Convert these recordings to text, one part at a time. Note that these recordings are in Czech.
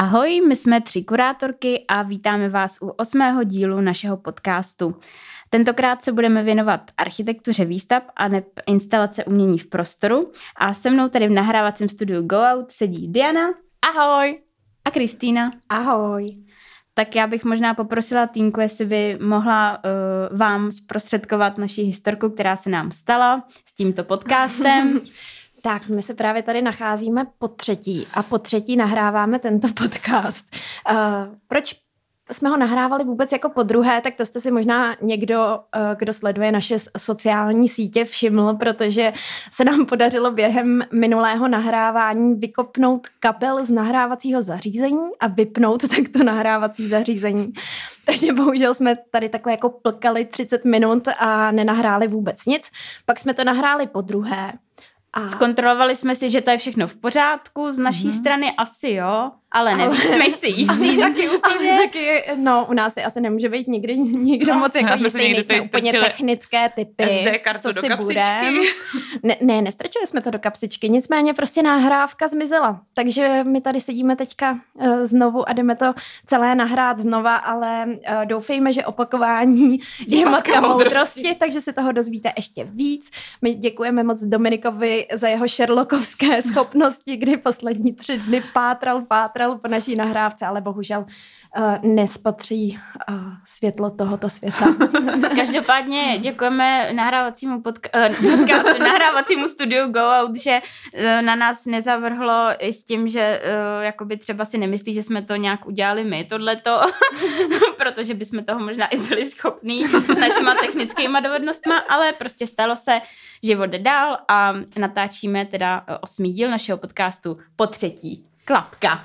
Ahoj, my jsme 3 kurátorky a vítáme vás u 8. dílu našeho podcastu. Tentokrát se budeme věnovat architektuře výstav a instalace umění v prostoru a se mnou tady v nahrávacím studiu Go Out sedí Diana. Ahoj. A Kristýna. Ahoj. Tak já bych možná poprosila Týnku, jestli by mohla vám zprostředkovat naši historku, která se nám stala s tímto podcastem. Tak, my se právě tady nacházíme po třetí nahráváme tento podcast. Proč jsme ho nahrávali vůbec jako podruhé, tak to jste si možná někdo, kdo sleduje naše sociální sítě, všiml, protože se nám podařilo během minulého nahrávání vykopnout kabel z nahrávacího zařízení a vypnout takto nahrávací zařízení. Takže bohužel jsme tady takhle jako plkali 30 minut a nenahráli vůbec nic. Pak jsme to nahráli podruhé. Zkontrolovali jsme si, že to je všechno v pořádku, z naší strany asi jo, ale nejsme si jistý taky úplně. No, u nás asi nemůže být nikdo moc jako jistý, nejsme úplně technické typy, co si budeme. Ne, nestrčili jsme to do kapsičky, nicméně prostě nahrávka zmizela. Takže my tady sedíme teďka znovu a jdeme to celé nahrát znova, ale doufejme, že opakování je matka moudrosti, takže se toho dozvíte ještě víc. My děkujeme moc Dominikovi za jeho sherlockovské schopnosti, kdy poslední 3 dny pátral po naší nahrávce, ale bohužel nespatří světlo tohoto světa. Každopádně děkujeme nahrávacímu studiu Go Out, že na nás nezavrhlo i s tím, že jakoby třeba si nemyslí, že jsme to nějak udělali my, tohleto, protože bychom toho možná i byli schopní s našima technickýma dovednostma, ale prostě stalo se, život jde dál a natáčíme teda 8. díl našeho podcastu po 3. Klapka.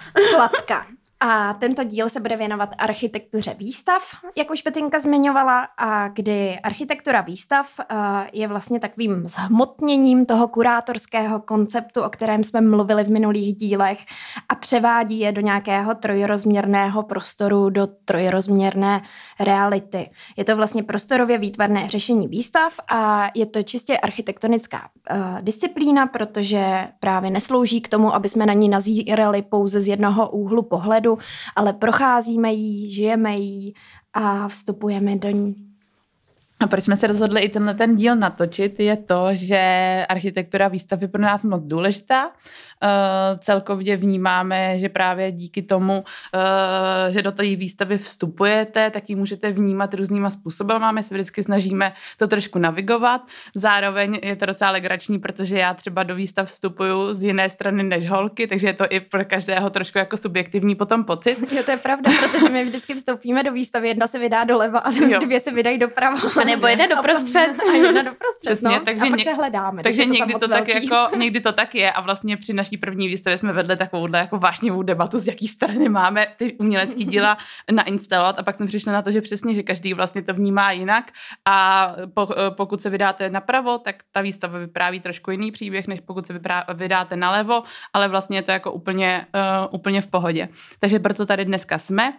A tento díl se bude věnovat architektuře výstav, jak už Petinka zmiňovala, a kdy architektura výstav je vlastně takovým zhmotněním toho kurátorského konceptu, o kterém jsme mluvili v minulých dílech a převádí je do nějakého trojrozměrného prostoru, do trojrozměrné reality. Je to vlastně prostorově výtvarné řešení výstav a je to čistě architektonická disciplína, protože právě neslouží k tomu, aby jsme na ní nazírali pouze z jednoho úhlu pohledu, ale procházíme jí, žijeme jí a vstupujeme do ní. A proč jsme se rozhodli i ten díl natočit, je to, že architektura výstav je pro nás moc důležitá. Celkově vnímáme, že právě díky tomu, že do té výstavy vstupujete, tak ji můžete vnímat různýma způsoby. My se vždycky snažíme to trošku navigovat. Zároveň je to docela legrační, protože já třeba do výstav vstupuju z jiné strany než holky, takže je to i pro každého trošku jako subjektivní potom pocit. Jo, to je pravda, protože my vždycky vstoupíme do výstavy, jedna se vydá doleva a 2 se vydají doprava. A nebo jedna doprostřed. A jedna doprostřed, přesně, no. takže a pak se hledáme. Takže někdy to tak je a vlastně při naší první výstavě jsme vedli takovouhle jako vášnivou debatu, z jaký strany máme ty umělecký díla nainstalovat a pak jsme přišli na to, že přesně, že každý vlastně to vnímá jinak a pokud se vydáte napravo, tak ta výstava vypráví trošku jiný příběh, než pokud se vydáte nalevo, ale vlastně je to jako úplně v pohodě. Takže proto tady dneska jsme.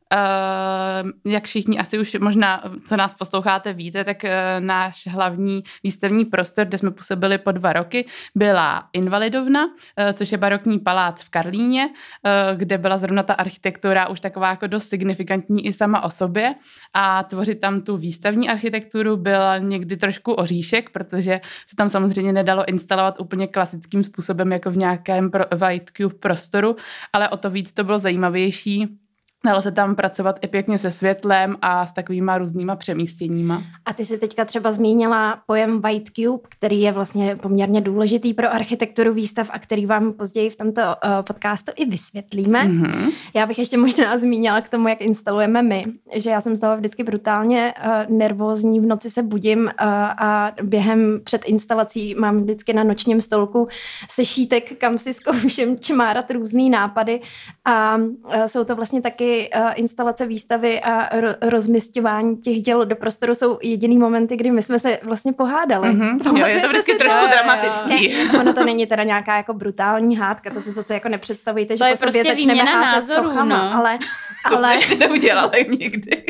Jak všichni asi už možná, co nás posloucháte, víte, tak náš hlavní výstavní prostor, kde jsme působili po 2 roky, byla Invalidovna, což je barokní palác v Karlíně, kde byla zrovna ta architektura už taková jako dost signifikantní i sama o sobě a tvořit tam tu výstavní architekturu byla někdy trošku oříšek, protože se tam samozřejmě nedalo instalovat úplně klasickým způsobem jako v nějakém white cube prostoru, ale o to víc to bylo zajímavější. Dalo se tam pracovat i pěkně se světlem a s takovýma různýma přemístěníma. A ty jsi teďka třeba zmínila pojem White Cube, který je vlastně poměrně důležitý pro architekturu výstav a který vám později v tomto podcastu i vysvětlíme. Mm-hmm. Já bych ještě možná zmínila k tomu, jak instalujeme my, že já jsem z toho vždycky brutálně nervózní, v noci se budím a během před instalací mám vždycky na nočním stolku sešítek, kam si zkouším čmárat různý nápady a jsou to vlastně taky instalace výstavy a rozmisťování těch děl do prostoru jsou jediný momenty, kdy my jsme se vlastně pohádali. Mm-hmm. Jo, je to vždycky trošku dramatický. Ono to není teda nějaká jako brutální hádka, to si zase jako nepředstavujte, že to po sobě prostě začneme házet sochama, no. ale to jsme ještě neudělali nikdy.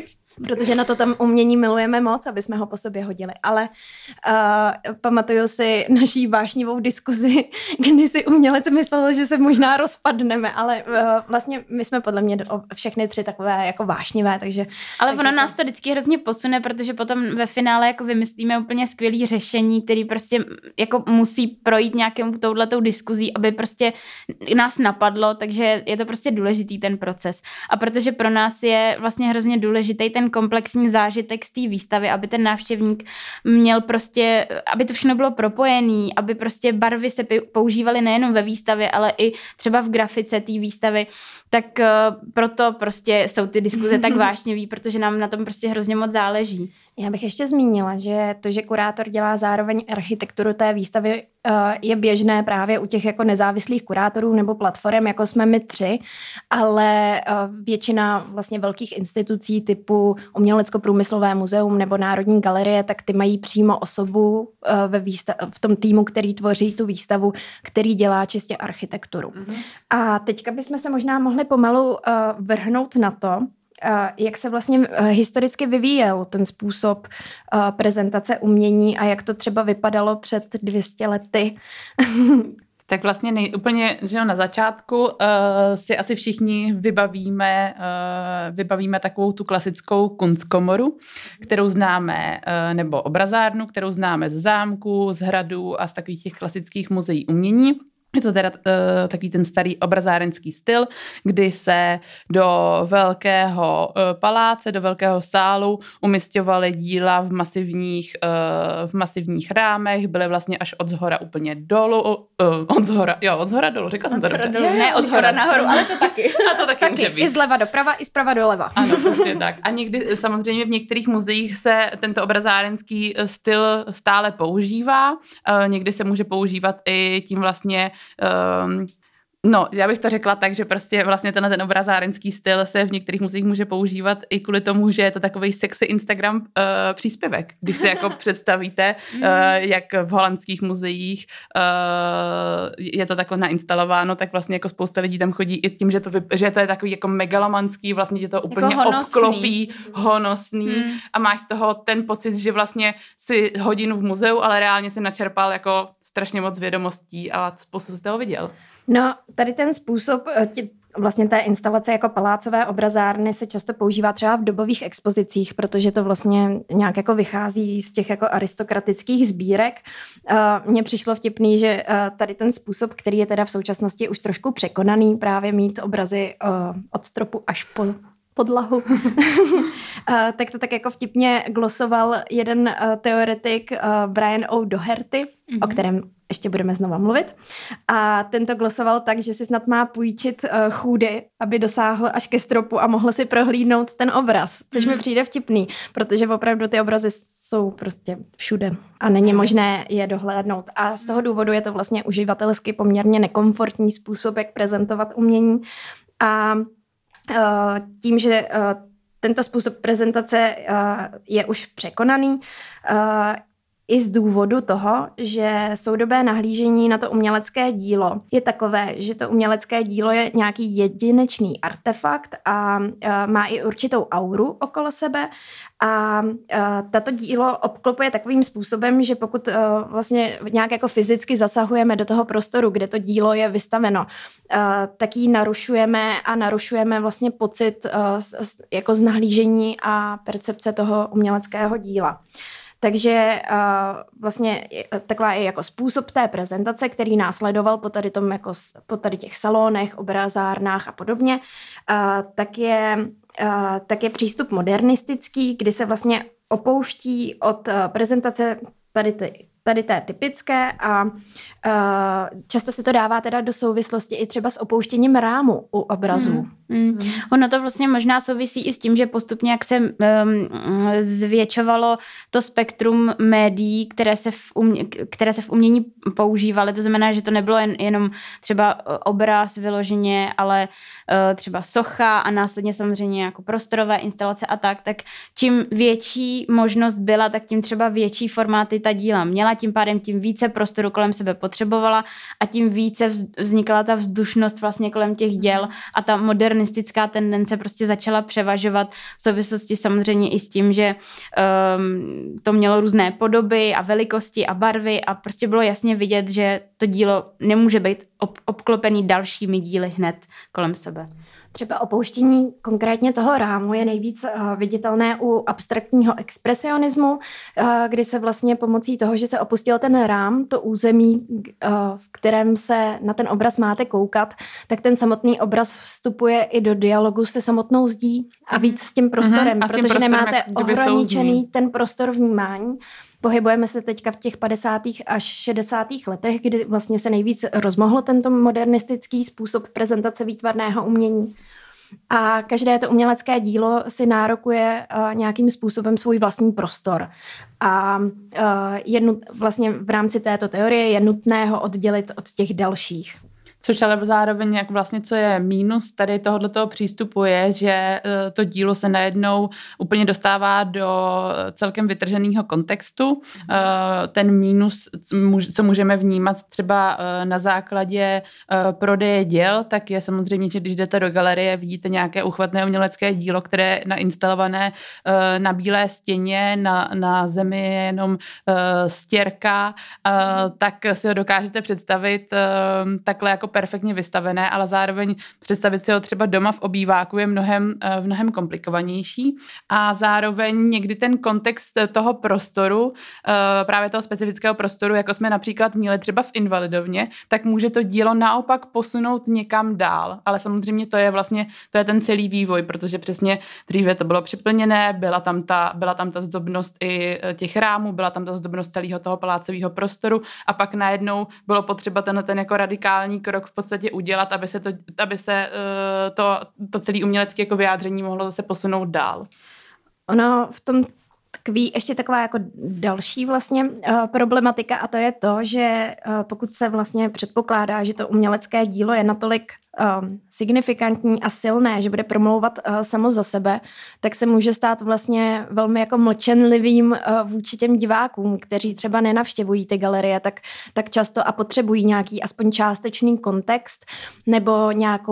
protože na to tam umění milujeme moc, aby jsme ho po sobě hodili. Ale pamatuju si naší vášnivou diskuzi, kdy si umělec myslel, že se možná rozpadneme, ale vlastně my jsme podle mě všechny tři takové jako vášnivé, takže... Ale ono nás to vždycky hrozně posune, protože potom ve finále jako vymyslíme úplně skvělý řešení, který prostě jako musí projít nějakou touhletou diskuzí, aby prostě nás napadlo, takže je to prostě důležitý ten proces. A protože pro nás je vlastně hrozně důležitý ten komplexní zážitek z té výstavy, aby ten návštěvník měl prostě, aby to všechno bylo propojený, aby prostě barvy se používaly nejenom ve výstavě, ale i třeba v grafice té výstavy, tak proto prostě jsou ty diskuze tak vášnivý, protože nám na tom prostě hrozně moc záleží. Já bych ještě zmínila, že to, že kurátor dělá zároveň architekturu té výstavy, je běžné právě u těch jako nezávislých kurátorů nebo platform, jako jsme my tři, ale většina vlastně velkých institucí typu Umělecko-průmyslové muzeum nebo Národní galerie, tak ty mají přímo osobu v tom týmu, který tvoří tu výstavu, který dělá čistě architekturu. A teďka bychom se možná mohli pomalu vrhnout na to, jak se vlastně historicky vyvíjel ten způsob prezentace umění a jak to třeba vypadalo před 200 lety. Tak vlastně úplně že na začátku si asi všichni vybavíme takovou tu klasickou kunstkomoru, kterou známe, nebo obrazárnu, kterou známe z zámků, z hradů a z takových těch klasických muzeí umění. Je to teda takový ten starý obrazárenský styl, kdy se do velkého paláce, do velkého sálu umisťovaly díla v masivních rámech, byly vlastně až od zhora úplně dolů, od zhora dolů, řekla jsem to dobře. Ne, od zhora nahoru, ale to taky. A to taky může být. I zleva doprava, i zprava doleva. Ano, prostě tak. A někdy samozřejmě v některých muzeích se tento obrazárenský styl stále používá. Někdy se může používat i tím vlastně já bych to řekla tak, že prostě vlastně ten obrazárenský styl se v některých muzeích může používat i kvůli tomu, že je to takovej sexy Instagram příspěvek. Když si jako představíte, jak v holandských muzeích je to takhle nainstalované, tak vlastně jako spousta lidí tam chodí i tím, že to je takový jako megalomanský, vlastně tě to úplně jako obklopí, honosný a máš z toho ten pocit, že vlastně si hodinu v muzeu, ale reálně si načerpal jako strašně moc vědomostí a spoustu z toho viděl. No, tady ten způsob vlastně té instalace jako palácové obrazárny se často používá třeba v dobových expozicích, protože to vlastně nějak jako vychází z těch jako aristokratických sbírek. Mně přišlo vtipný, že tady ten způsob, který je teda v současnosti už trošku překonaný, právě mít obrazy od stropu až po podlahu, tak to tak jako vtipně glosoval jeden teoretik Brian O. Doherty, o kterém ještě budeme znova mluvit. A ten to glosoval tak, že si snad má půjčit chůdy, aby dosáhl až ke stropu a mohl si prohlídnout ten obraz, což mi přijde vtipný, protože opravdu ty obrazy jsou prostě všude a není možné je dohlédnout. A z toho důvodu je to vlastně uživatelsky poměrně nekomfortní způsob, jak prezentovat umění. A tím, že tento způsob prezentace je už překonaný, i z důvodu toho, že soudobé nahlížení na to umělecké dílo je takové, že to umělecké dílo je nějaký jedinečný artefakt a má i určitou auru okolo sebe a tato dílo obklopuje takovým způsobem, že pokud vlastně nějak jako fyzicky zasahujeme do toho prostoru, kde to dílo je vystaveno, tak ji narušujeme vlastně pocit jako z nahlížení a percepce toho uměleckého díla. Takže vlastně taková je jako způsob té prezentace, který následoval po tady těch salonech, obrazárnách a podobně, tak je přístup modernistický, kdy se vlastně opouští od prezentace tady té typické a často se to dává teda do souvislosti i třeba s opouštěním rámu u obrazů. Ono to vlastně možná souvisí i s tím, že postupně jak se zvětšovalo to spektrum médií, které se v umění používaly, to znamená, že to nebylo jenom třeba obraz vyloženě, ale třeba socha a následně samozřejmě jako prostorové instalace a tak čím větší možnost byla, tak tím třeba větší formáty ta díla měla, tím pádem tím více prostoru kolem sebe potřebovala a tím více vznikala ta vzdušnost vlastně kolem těch děl a ta moderní modernistická tendence prostě začala převažovat v souvislosti samozřejmě i s tím, že to mělo různé podoby a velikosti a barvy a prostě bylo jasně vidět, že to dílo nemůže být obklopený dalšími díly hned kolem sebe. Třeba opouštění konkrétně toho rámu je nejvíc viditelné u abstraktního expresionismu, kdy se vlastně pomocí toho, že se opustil ten rám, to území, v kterém se na ten obraz máte koukat, tak ten samotný obraz vstupuje i do dialogu se samotnou zdí a víc s tím prostorem, protože nemáte ohraničený ten prostor vnímání. Pohybujeme se teďka v těch 50. až 60. letech, kdy vlastně se nejvíc rozmohlo tento modernistický způsob prezentace výtvarného umění. A každé to umělecké dílo si nárokuje nějakým způsobem svůj vlastní prostor. A vlastně v rámci této teorie je nutné ho oddělit od těch dalších. Což ale zároveň jak vlastně, co je mínus tady tohoto přístupu je, že to dílo se najednou úplně dostává do celkem vytrženého kontextu. Ten mínus, co můžeme vnímat třeba na základě prodeje děl, tak je samozřejmě, že když jdete do galerie, vidíte nějaké uchvatné umělecké dílo, které je nainstalované na bílé stěně, na zemi je jenom stěrka, tak si ho dokážete představit takhle jako perfektně vystavené, ale zároveň představit si ho třeba doma v obýváku je mnohem komplikovanější a zároveň někdy ten kontext toho prostoru, právě toho specifického prostoru, jako jsme například měli třeba v Invalidovně, tak může to dílo naopak posunout někam dál, ale samozřejmě to je ten celý vývoj, protože přesně dříve to bylo připlněné, byla tam ta zdobnost i těch rámů, byla tam ta zdobnost celého toho palácového prostoru a pak najednou bylo potřeba ten jako radikální krok v podstatě udělat, aby se to celé umělecké jako vyjádření mohlo zase posunout dál. Ono v tom tkví ještě taková jako další vlastně problematika a to je to, že pokud se vlastně předpokládá, že to umělecké dílo je natolik signifikantní a silné, že bude promlouvat samo za sebe, tak se může stát vlastně velmi jako mlčenlivým vůči těm divákům, kteří třeba nenavštěvují ty galerie tak často a potřebují nějaký aspoň částečný kontext nebo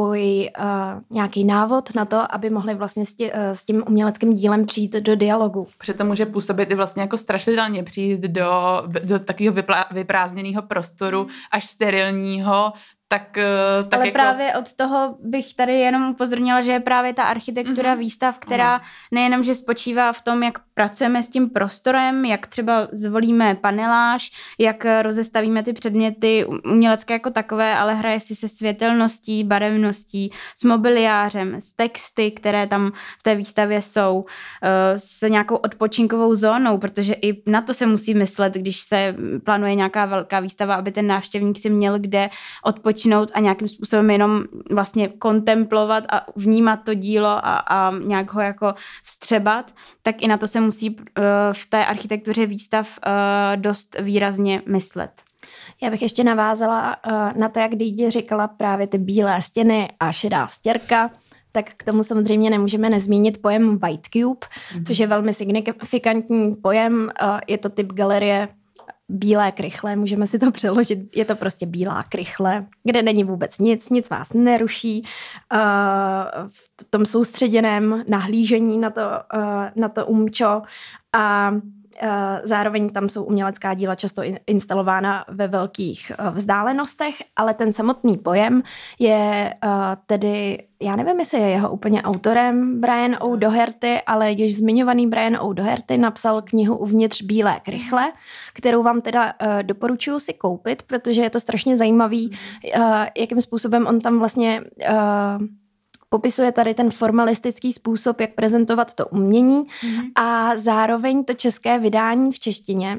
nějaký návod na to, aby mohli vlastně s tím uměleckým dílem přijít do dialogu. Protože to může působit i vlastně jako strašidelně přijít do takového vyprázdněného prostoru až sterilního, ale jako... právě od toho bych tady jenom upozornila, že je právě ta architektura výstav, která nejenom, že spočívá v tom, jak pracujeme s tím prostorem, jak třeba zvolíme paneláž, jak rozestavíme ty předměty umělecké jako takové, ale hraje si se světelností, barevností, s mobiliářem, s texty, které tam v té výstavě jsou, s nějakou odpočinkovou zónou, protože i na to se musí myslet, když se plánuje nějaká velká výstava, aby ten návštěvník si měl kde odpočinout a nějakým způsobem jenom vlastně kontemplovat a vnímat to dílo a nějak ho jako vstřebat, tak i na to se musí v té architektuře výstav dost výrazně myslet. Já bych ještě navázala na to, jak Dýdě říkala právě ty bílé stěny a šedá stěrka, tak k tomu samozřejmě nemůžeme nezmínit pojem White Cube, což je velmi signifikantní pojem. Je to typ galerie bílé krychle, můžeme si to přeložit, je to prostě bílá krychle, kde není vůbec nic vás neruší. V tom soustředěném nahlížení na to umčo a zároveň tam jsou umělecká díla často instalována ve velkých vzdálenostech, ale ten samotný pojem je tedy, já nevím, jestli je jeho úplně autorem Brian O. Doherty, ale již zmiňovaný Brian O. Doherty napsal knihu Uvnitř bílé krychle, kterou vám teda doporučuji si koupit, protože je to strašně zajímavý, jakým způsobem on tam vlastně popisuje tady ten formalistický způsob, jak prezentovat to umění a zároveň to české vydání v češtině,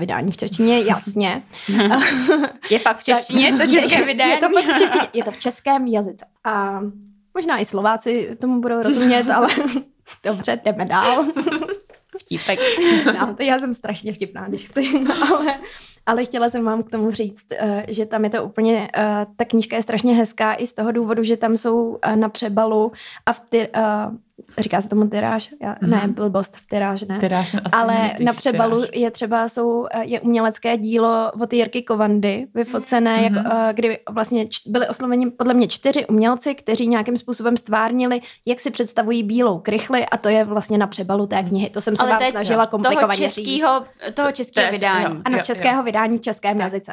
jasně. Je fakt v češtině to české vydání? Je to fakt v češtině, je to v českém jazyce. A možná i Slováci tomu budou rozumět, ale dobře, jdeme dál. Vtípek. No, to já jsem strašně vtipná, když chci, ale chtěla jsem vám k tomu říct, že tam je to úplně, ta knížka je strašně hezká i z toho důvodu, že tam jsou na přebalu říká se tomu tyráž, ne, blbost, tyráž ne. Tyráž, ale na přebalu je třeba je umělecké dílo od Jirky Kovandy, vyfocené, kdy vlastně byli osloveni podle mě 4 umělci, kteří nějakým způsobem stvárnili, jak si představují bílou krychli, a to je vlastně na přebalů té knihy. To jsem se vám snažila komplikovaně říct. Toho českého vydání. Ano, českého vydání v českém jazyce.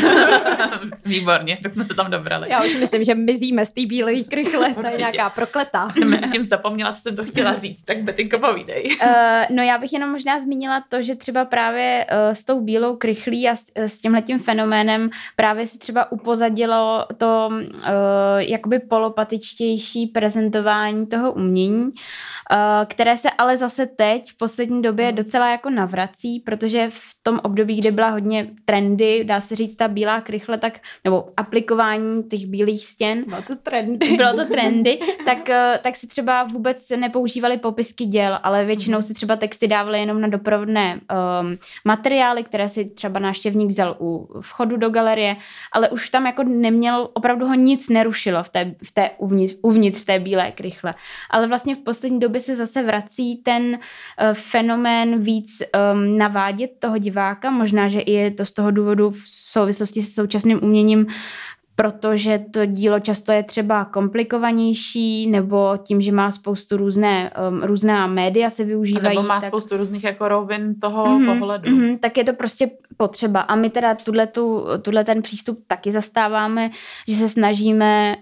Výborně, tak jsme se tam dobrali. Já už myslím, že mizíme z té bílé krychle, to je nějaká prokletá. Jsem mezi tím zapomněla, co jsem to chtěla říct, tak Betinko, povídej. No já bych jenom možná zmínila to, že třeba právě s tou bílou krychlí a s tímhletím fenoménem právě si třeba upozadilo to jakoby polopatičtější prezentování toho umění, které se ale zase teď v poslední době docela jako navrací, protože v tom období, kdy byla hodně trendy, dá se říct ta bílá krychle, nebo aplikování těch bílých stěn. Bylo to trendy, tak si třeba vůbec nepoužívali popisky děl, ale většinou si třeba texty dávaly jenom na doprovodné materiály, které si třeba návštěvník vzal u vchodu do galerie, ale už tam jako neměl, opravdu ho nic nerušilo v té uvnitř té bílé krychle. Ale vlastně v poslední době se zase vrací ten fenomén víc navádět toho diváka, možná, že i je to z toho důvodu v souvislosti se současným uměním, protože to dílo často je třeba komplikovanější, nebo tím, že má spoustu různá média se využívají. Nebo má spoustu různých jako rovin toho pohledu. Tak je to prostě potřeba. A my teda tuhle ten přístup taky zastáváme, že se snažíme,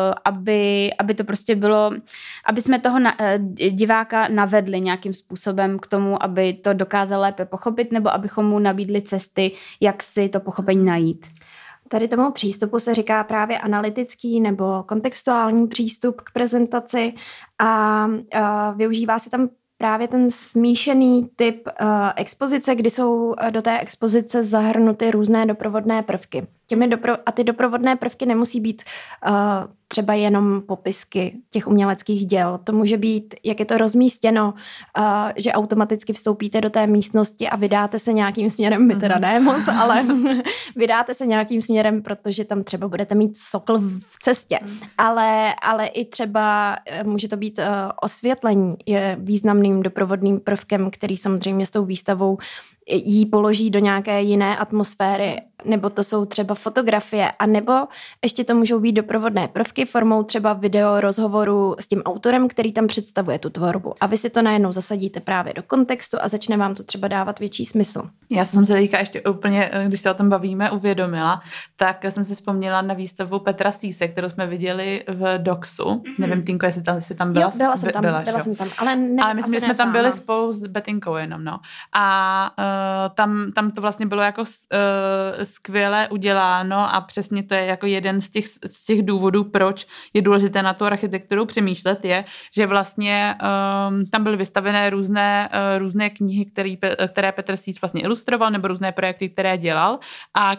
aby to prostě bylo, aby jsme toho diváka navedli nějakým způsobem k tomu, aby to dokázal lépe pochopit, nebo abychom mu nabídli cesty, jak si to pochopení najít. Tady tomu přístupu se říká právě analytický nebo kontextuální přístup k prezentaci a využívá se tam právě ten smíšený typ expozice, kdy jsou do té expozice zahrnuty různé doprovodné prvky. Ty doprovodné prvky nemusí být třeba jenom popisky těch uměleckých děl. To může být, jak je to rozmístěno, že automaticky vstoupíte do té místnosti a vydáte se nějakým směrem, my teda ne moc, ale vydáte se nějakým směrem, protože tam třeba budete mít sokl v cestě. Ale i třeba může to být osvětlení, je významným doprovodným prvkem, který samozřejmě s tou výstavou jí položí do nějaké jiné atmosféry, nebo to jsou třeba fotografie, a nebo ještě to můžou být doprovodné prvky formou třeba video rozhovoru s tím autorem, který tam představuje tu tvorbu. A vy si to najednou zasadíte právě do kontextu a začne vám to třeba dávat větší smysl. Já jsem se teďka ještě úplně, když se o tom bavíme, uvědomila, tak jsem si vzpomněla na výstavu Petra Síse, kterou jsme viděli v Doxu. Nevím, Tinko, jestli tam byla. Jo, byla jsem tam, ale myslím, že jsme tam byli spolu s Betinkou jenom, no. A tam to vlastně bylo jako skvěle uděláno a přesně to je jako jeden z těch důvodů, proč je důležité na tu architekturu přemýšlet, je, že vlastně tam byly vystavené různé knihy, které Petr Sýs vlastně ilustroval, nebo různé projekty, které dělal, a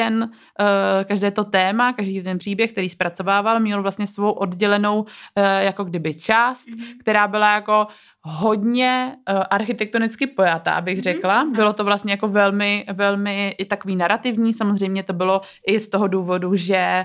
každé to téma, každý ten příběh, který zpracovával, měl vlastně svou oddělenou jako kdyby část, která byla jako hodně architektonicky pojatá, abych řekla. Bylo to vlastně jako velmi, velmi i takový narrativní, samozřejmě to bylo i z toho důvodu, že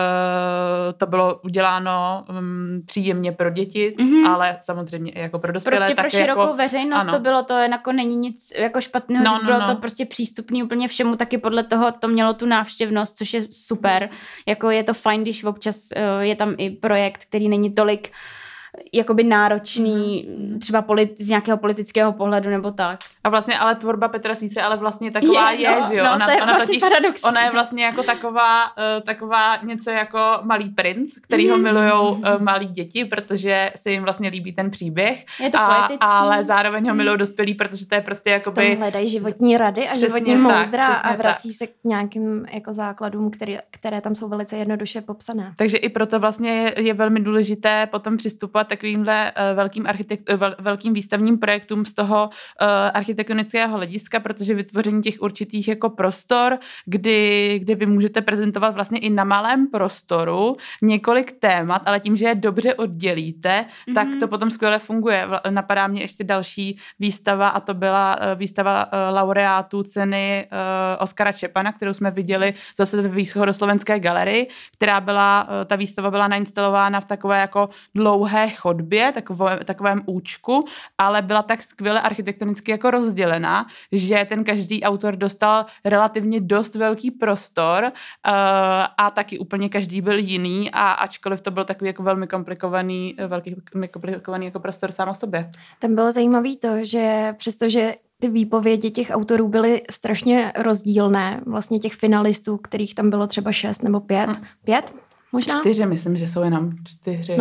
to bylo uděláno příjemně pro děti, ale samozřejmě i jako pro dospělé. Prostě pro širokou jako, veřejnost ano. To bylo, to jako není nic jako špatného, bylo to prostě přístupný úplně všemu, taky podle toho to mělo tu návštěvnost, což je super. Jako je to fajn, když občas je tam i projekt, který není tolik jakoby náročný, třeba z nějakého politického pohledu nebo tak. A vlastně ale tvorba Petra Síse ale vlastně taková že jo? Ona je vlastně jako taková něco jako Malý princ, který ho milujou malí děti, protože se jim vlastně líbí ten příběh. Je to poetický. Ale zároveň ho milují dospělí, protože to je prostě jakoby... V tom hledají životní rady a životní moudra a vrací se k nějakým jako základům, které tam jsou velice jednoduše popsané. Takže i proto vlastně je velmi důležité potom přistupovat takovýmhle velkým výstavním projektům z toho architektonického hlediska, protože vytvoření těch určitých jako prostor, kdy vy můžete prezentovat vlastně i na malém prostoru několik témat, ale tím, že je dobře oddělíte, tak to potom skvěle funguje. Napadá mě ještě další výstava a to byla výstava laureátů ceny Oskara Čepana, kterou jsme viděli zase ve Východoslovenské galerii, ta výstava byla nainstalována v takové jako dlouhé chodbě, takovém účku, ale byla tak skvěle architektonicky jako rozdělená, že ten každý autor dostal relativně dost velký prostor a taky úplně každý byl jiný a ačkoliv to byl takový jako velmi komplikovaný jako prostor sám o sobě. Tam bylo zajímavé to, že přestože ty výpovědi těch autorů byly strašně rozdílné, vlastně těch finalistů, kterých tam bylo třeba 6 nebo 5. 5 možná? 4, myslím, že jsou jenom 4.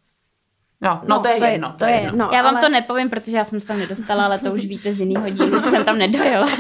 No, to je jedno. To je jedno. Já vám to nepovím, protože já jsem se tam nedostala, ale to už víte z jiného dílu, že jsem tam nedojela.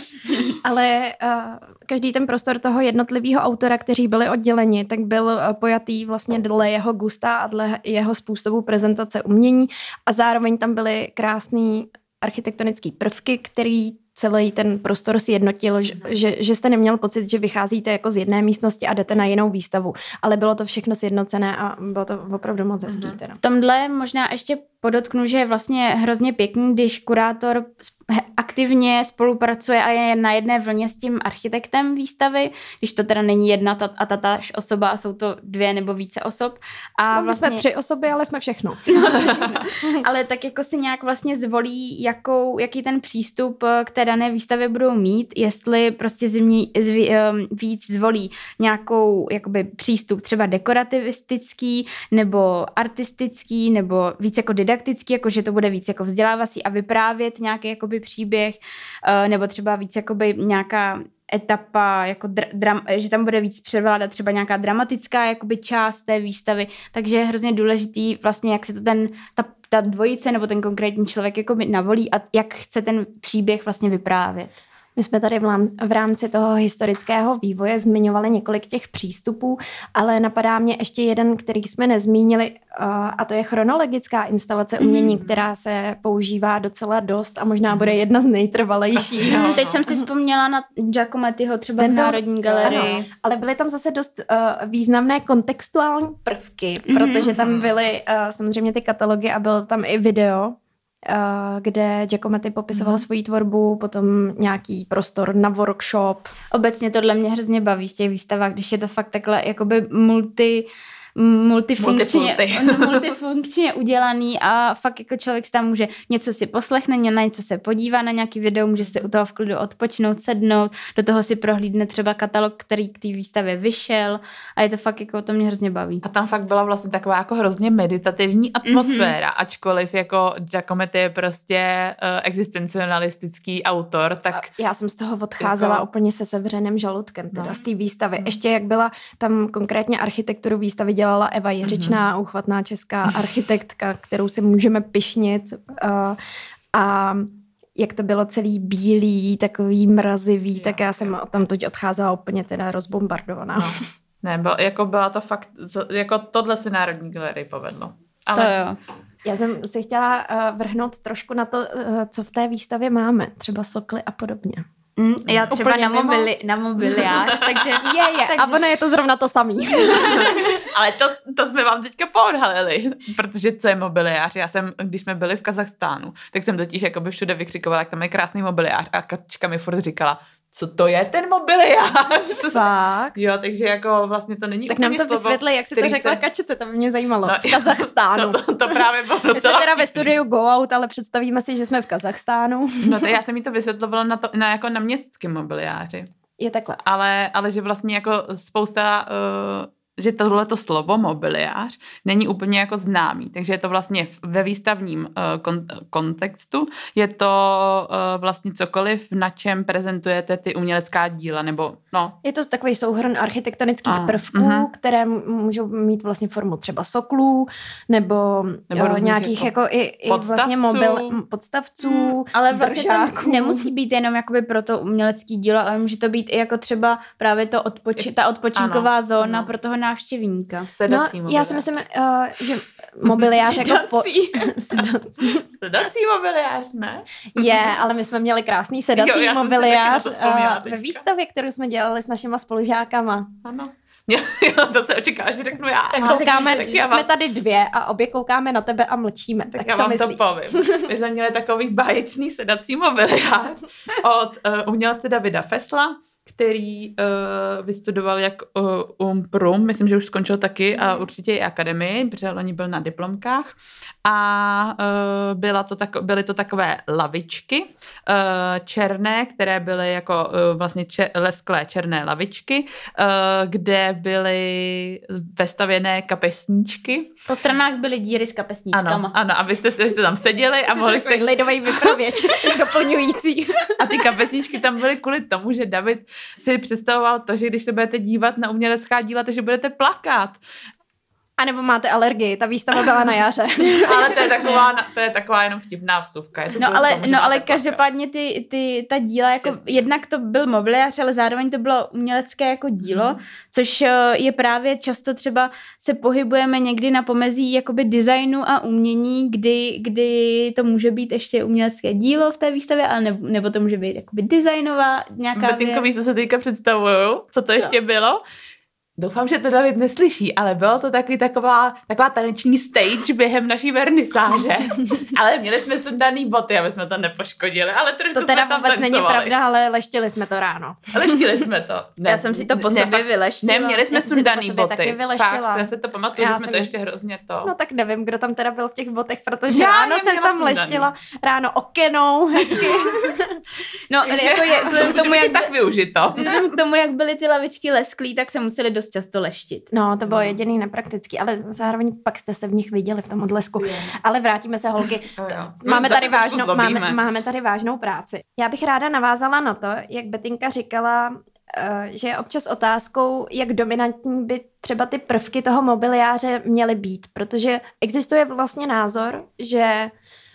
Ale každý ten prostor toho jednotlivého autora, kteří byli odděleni, tak byl pojatý vlastně dle jeho gusta a dle jeho způsobu prezentace umění a zároveň tam byly krásný architektonické prvky, který celý ten prostor sjednotil, že jste neměl pocit, že vycházíte jako z jedné místnosti a jdete na jinou výstavu, ale bylo to všechno sjednocené a bylo to opravdu moc hezký. Teda. Tomhle možná ještě podotknu, že je vlastně hrozně pěkný, když kurátor aktivně spolupracuje a je na jedné vlně s tím architektem výstavy, když to teda není jedna tatáž osoba a jsou to 2 nebo více osob. A vlastně... jsme 3 osoby, ale jsme všechno. Ale tak jako si nějak vlastně zvolí, jaký ten přístup k té dané výstavě budou mít, jestli prostě víc zvolí nějakou jakoby přístup třeba dekorativistický nebo artistický nebo víc jako didaktický, jako že to bude víc jako vzdělávací a vyprávět nějaký jakoby příběh nebo třeba víc jakoby nějaká etapa, jako že tam bude víc převládat třeba nějaká dramatická jakoby část té výstavy, takže je hrozně důležitý vlastně, jak se to ta dvojice nebo ten konkrétní člověk jakoby navolí a jak chce ten příběh vlastně vyprávět. My jsme tady v rámci toho historického vývoje zmiňovali několik těch přístupů, ale napadá mě ještě jeden, který jsme nezmínili, a to je chronologická instalace umění, která se používá docela dost a možná bude jedna z nejtrvalejších. Teď jsem si vzpomněla na Giacomettiho třeba v Národní galerii. Ano, ale byly tam zase dost významné kontextuální prvky, protože tam byly samozřejmě ty katalogy a bylo tam i video, kde Giacometti popisoval svoji tvorbu, potom nějaký prostor na workshop. Obecně tohle mě hrozně baví v těch výstavách, když je to fakt takhle jakoby multifunkčně udělaný a fakt jako člověk si tam může něco si poslechne, na něco se podívá, na nějaký video, může si u toho v klidu odpočnout, sednout, do toho si prohlídne třeba katalog, který k té výstavě vyšel a je to fakt jako, to mě hrozně baví. A tam fakt byla vlastně taková jako hrozně meditativní atmosféra, ačkoliv jako Giacometti je prostě existencionalistický autor, tak... A já jsem z toho odcházela jako... úplně se sevřeným žaludkem teda z té výstavy. Ještě jak byla tam konkrétně architekturu výstavy dělala Eva Jiřičná, úchvatná česká architektka, kterou si můžeme pyšnit. A jak to bylo celý bílý, takový mrazivý, tak já jsem tam teď odcházela úplně teda rozbombardovaná. No. Ne, byla to fakt, jako tohle si Národní galerii povedlo. Ale... To jo. Já jsem si chtěla vrhnout trošku na to, co v té výstavě máme, třeba sokly a podobně. Já třeba na mobiliář, takže... A ono je to zrovna to samý. Ale to jsme vám teďka poodhalili, protože co je mobiliář? Když jsme byli v Kazachstánu, tak jsem totiž jakoby všude vykřikovala, jak tam je krásný mobiliář a Kačka mi furt říkala, co to je ten mobiliář? Fakt? Jo, takže jako vlastně to není tak úplně nám to slovo, vysvětli, jak si to řekla Kačce, to by mě zajímalo. No, v Kazachstánu. To právě bylo docela. My jsme teda ve studiu Go Out, ale představíme si, že jsme v Kazachstánu. No to já jsem jí to vysvětlovala na městském mobiliáři. Je takhle. Ale že vlastně jako spousta... že tohleto slovo mobiliář není úplně jako známý. Takže je to vlastně ve výstavním kontextu, je to vlastně cokoliv, na čem prezentujete ty umělecká díla, nebo no. Je to takový souhrn architektonických prvků, které můžou mít vlastně formu třeba soklů, nebo nějakých jako i vlastně podstavců, ale vlastně to nemusí být jenom jakoby pro to umělecký dílo, ale může to být i jako třeba právě to ta odpočinková zóna pro toho návštěvníka. Sedací mobiliář. Já si myslím, že mobiliář jako... Sedací mobiliář, ne? Je, ale my jsme měli krásný sedací mobiliář ve výstavě, kterou jsme dělali s našima spolužákama. Ano. To se očeká, že řeknu já. Tak koukáme, jsme tady 2 a obě koukáme na tebe a mlčíme. Tak já co vám myslíš? To povím. My jsme měli takový báječný sedací mobiliář od umělce Davida Fesla, který vystudoval jak Prum, myslím, že už skončil taky a určitě i akademii, protože loni byl na diplomkách. A byly to takové lavičky černé, které byly jako vlastně lesklé černé lavičky, kde byly vestavěné kapesníčky. Po stranách byly díry s kapesníčkama. Ano, a vy jste tam seděli a mohli jste... lidový vypravěč doplňující. A ty kapesníčky tam byly kvůli tomu, že David si představoval to, že když se budete dívat na umělecká díla, takže budete plakat. A nebo máte alergii, ta výstava byla na jaře. Ale to je taková jenom vtipná vsuvka. Ale každopádně ta díla, jako jednak to byl mobiliář, ale zároveň to bylo umělecké jako dílo, což je právě často třeba se pohybujeme někdy na pomezí jakoby designu a umění, kdy to může být ještě umělecké dílo v té výstavě, ale nebo to může být jakoby designová nějaká věc. Betinko, co se teďka představuju, co to ještě bylo? Doufám, že to David neslyší, ale bylo to taková taneční stage během naší vernisáže. Ale měli jsme sundaný boty, aby jsme to nepoškodili, ale trošku to teda jsme tam vůbec tancovali. není pravda, ale leštili jsme to ráno. Leštili jsme to. Já jsem si to po sobě vyleštila. Neměli jsme sundaný boty. Taky vyleštila. Fakt, já se to pamatuju, že jsme to ještě hrozně to. No tak nevím, kdo tam teda byl v těch botech, protože ráno jsem tam sundaný. Leštila, ráno okenou, hezky. No, jako je, vzhledem k tomu, jak byly ty lavičky lesklý, tak se museli dost často leštit. No, to bylo jediný nepraktický, ale zároveň pak jste se v nich viděli v tom odlesku. Ale vrátíme se, holky. Máme tady vážnou práci. Já bych ráda navázala na to, jak Betinka říkala, že je občas otázkou, jak dominantní by třeba ty prvky toho mobiliáře měly být, protože existuje vlastně názor, že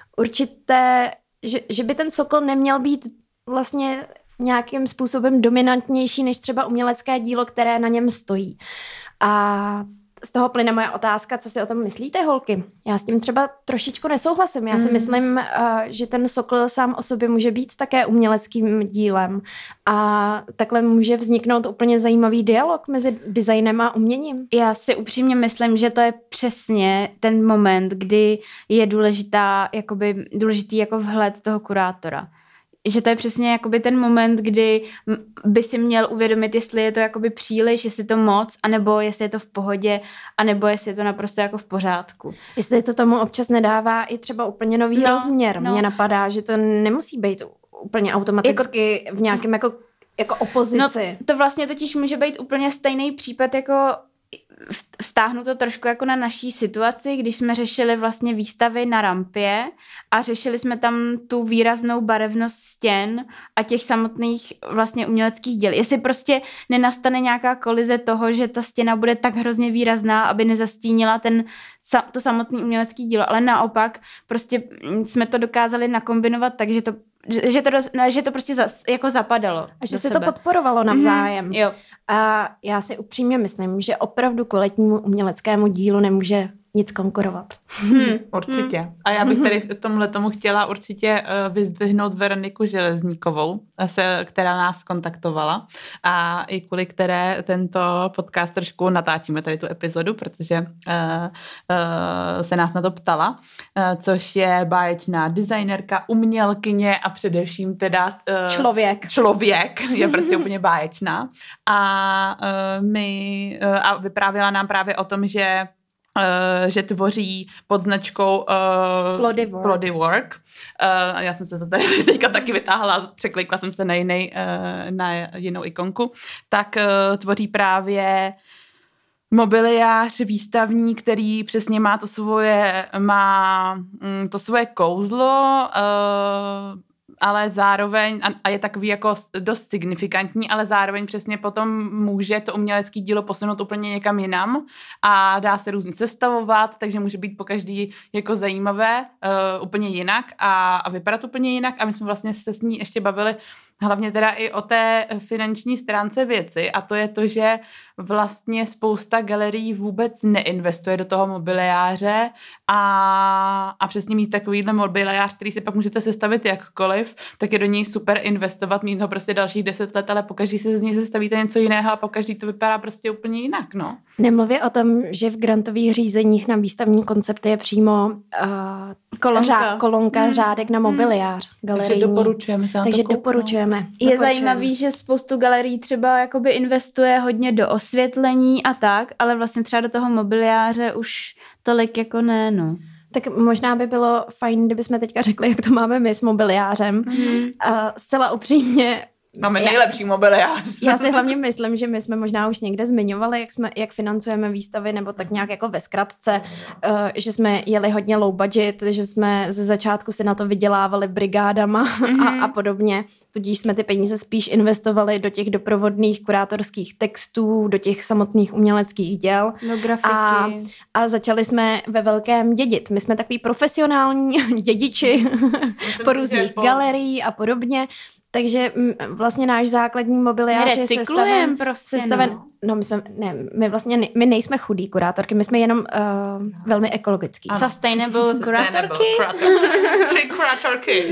že by ten sokl neměl být vlastně nějakým způsobem dominantnější než třeba umělecké dílo, které na něm stojí. A z toho plyne moje otázka, co si o tom myslíte, holky? Já s tím třeba trošičku nesouhlasím. Já si myslím, že ten sokl sám o sobě může být také uměleckým dílem a takhle může vzniknout úplně zajímavý dialog mezi designem a uměním. Já si upřímně myslím, že to je přesně ten moment, kdy je důležitý jako vhled toho kurátora. Že to je přesně jakoby ten moment, kdy by si měl uvědomit, jestli je to jakoby příliš, jestli je to moc, anebo jestli je to v pohodě, anebo jestli je to naprosto jako v pořádku. Jestli to tomu občas nedává i třeba úplně nový rozměr. Mně napadá, že to nemusí být úplně automaticky v nějakém jako opozici. No, to vlastně totiž může být úplně stejný případ jako vztáhnu to trošku jako na naší situaci, když jsme řešili vlastně výstavy na rampě a řešili jsme tam tu výraznou barevnost stěn a těch samotných vlastně uměleckých děl. Jestli prostě nenastane nějaká kolize toho, že ta stěna bude tak hrozně výrazná, aby nezastínila to samotný umělecký dílo, ale naopak prostě jsme to dokázali nakombinovat tak, že to prostě jako zapadalo. A že se to podporovalo navzájem. Jo. A já si upřímně myslím, že opravdu kvalitnímu uměleckému dílu nemůže nic konkurovat. Určitě. A já bych tady tomhle tomu chtěla určitě vyzdvihnout Veroniku Železníkovou, která nás kontaktovala a i kvůli které tento podcast trošku natáčíme tady tu epizodu, protože se nás na to ptala, což je báječná designerka, umělkyně a především teda člověk je prostě úplně báječná. A vyprávěla nám právě o tom, že tvoří pod značkou Plody Work. Já jsem se to tady teďka taky vytáhla, překlikla jsem se na jinou ikonku. Tak tvoří právě mobiliář výstavní, který přesně má to svoje kouzlo, ale zároveň, a je takový jako dost signifikantní, ale zároveň přesně potom může to umělecké dílo posunout úplně někam jinam a dá se různě sestavovat, takže může být pokaždý jako zajímavé, úplně jinak a vypadat úplně jinak a my jsme vlastně se s ní ještě bavili hlavně teda i o té finanční stránce věci a to je to, že vlastně spousta galerií vůbec neinvestuje do toho mobiliáře a přesně mít takovýhle mobiliář, který si pak můžete sestavit jakkoliv, tak je do něj super investovat, mít ho prostě dalších 10 let, ale pokaždý si z něj sestavíte něco jiného a pokaždý to vypadá prostě úplně jinak, no. Nemluvě o tom, že v grantových řízeních na výstavní koncepty je přímo kolonka řádek na mobiliář galerijní. Takže doporučujeme se na Takže to kouknout. doporučujeme. Je zajímavý, že spoustu galerií třeba jakoby investuje hodně do osvětlení a tak, ale vlastně třeba do toho mobiliáře už tolik jako ne, no. Tak možná by bylo fajn, kdybychom teďka řekli, jak to máme my s mobiliářem. Zcela upřímně. Máme nejlepší mobiliář. Já si hlavně myslím, že my jsme možná už někde zmiňovali, jak financujeme výstavy, nebo tak nějak jako ve zkratce, že jsme jeli hodně low budget, že jsme ze začátku si na to vydělávali brigádama a podobně. Tudíž jsme ty peníze spíš investovali do těch doprovodných kurátorských textů, do těch samotných uměleckých děl. Do grafiky. A začali jsme ve velkém dědit. My jsme takový profesionální dědiči po různých galerií a podobně. Takže vlastně náš základní mobiliář je sestaven. No my nejsme chudý kurátorky, my jsme jenom velmi ekologický. Sustainable kurátorky. Tři kurátorky.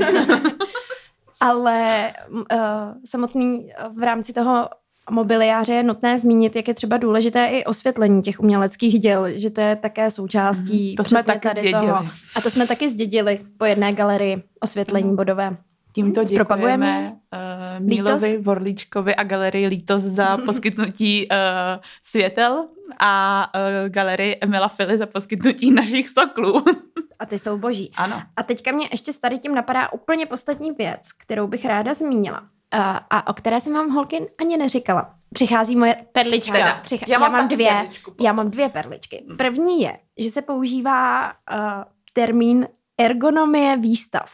Ale samotný v rámci toho mobiliáře je nutné zmínit, jak je třeba důležité i osvětlení těch uměleckých děl, že to je také součástí to jsme taky tady toho. A to jsme taky zdědili po jedné galerii osvětlení bodové. Tímto děkujeme Mílovi Vorlíčkovi a galerii Lítost za poskytnutí světel a galerii Emila Fili za poskytnutí našich soklů. A ty jsou boží. Ano. A teďka mě ještě s tady tím napadá úplně poslední věc, kterou bych ráda zmínila. A o které jsem vám, holky, ani neříkala. Přichází moje perlička. Já mám dvě perličky. První je, že se používá termín ergonomie výstav.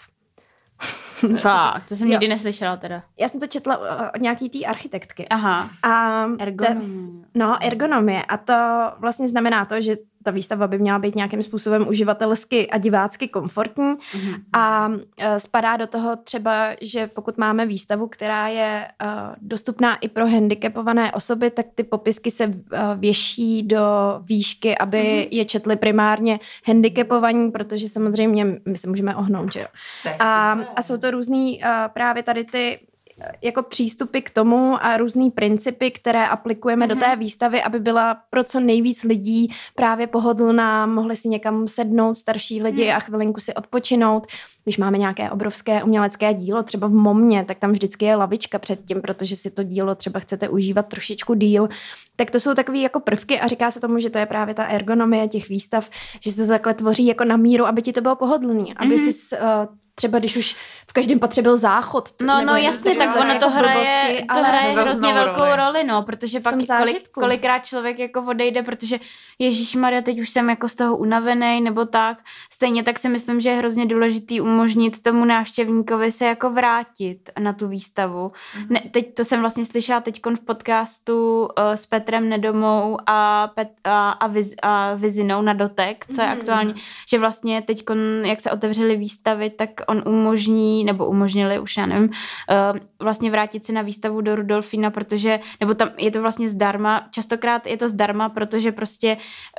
Fakt, to jsem nikdy neslyšela teda. Já jsem to četla od nějaký té architektky. Aha. A ergonomie. Ergonomie. A to vlastně znamená to, že ta výstava by měla být nějakým způsobem uživatelsky a divácky komfortní. A spadá do toho třeba, že pokud máme výstavu, která je dostupná i pro handicapované osoby, tak ty popisky se věší do výšky, aby je četli primárně handicapovaní, protože samozřejmě my se můžeme ohnout, že jo. A jsou to různý právě tady ty jako přístupy k tomu a různý principy, které aplikujeme do té výstavy, aby byla pro co nejvíc lidí právě pohodlná, mohli si někam sednout starší lidi a chvilinku si odpočinout. Když máme nějaké obrovské umělecké dílo, třeba v MOMě, tak tam vždycky je lavička předtím, protože si to dílo třeba chcete užívat trošičku díl. Tak to jsou takový jako prvky a říká se tomu, že to je právě ta ergonomie těch výstav, že se to takhle tvoří jako na míru, aby ti to bylo pohodlný, aby si třeba když už v každém patře byl záchod. No jasně, tak ono to hraje hrozně velkou roli, no, protože pak kolikrát člověk jako odejde, protože ježišmarja, teď už jsem jako z toho unavený nebo tak. Stejně tak si myslím, že je hrozně důležitý umožnit tomu návštěvníkovi se jako vrátit na tu výstavu. Ne, teď to jsem vlastně slyšela teďkon v podcastu s Petrem Nedomou a Vizinou na Dotek, co je aktuální, že vlastně teďkon, jak se otevřely výstavy, tak on umožnili, už já nevím, vlastně vrátit se na výstavu do Rudolfína, protože, nebo tam je to vlastně zdarma, častokrát je to zdarma, protože prostě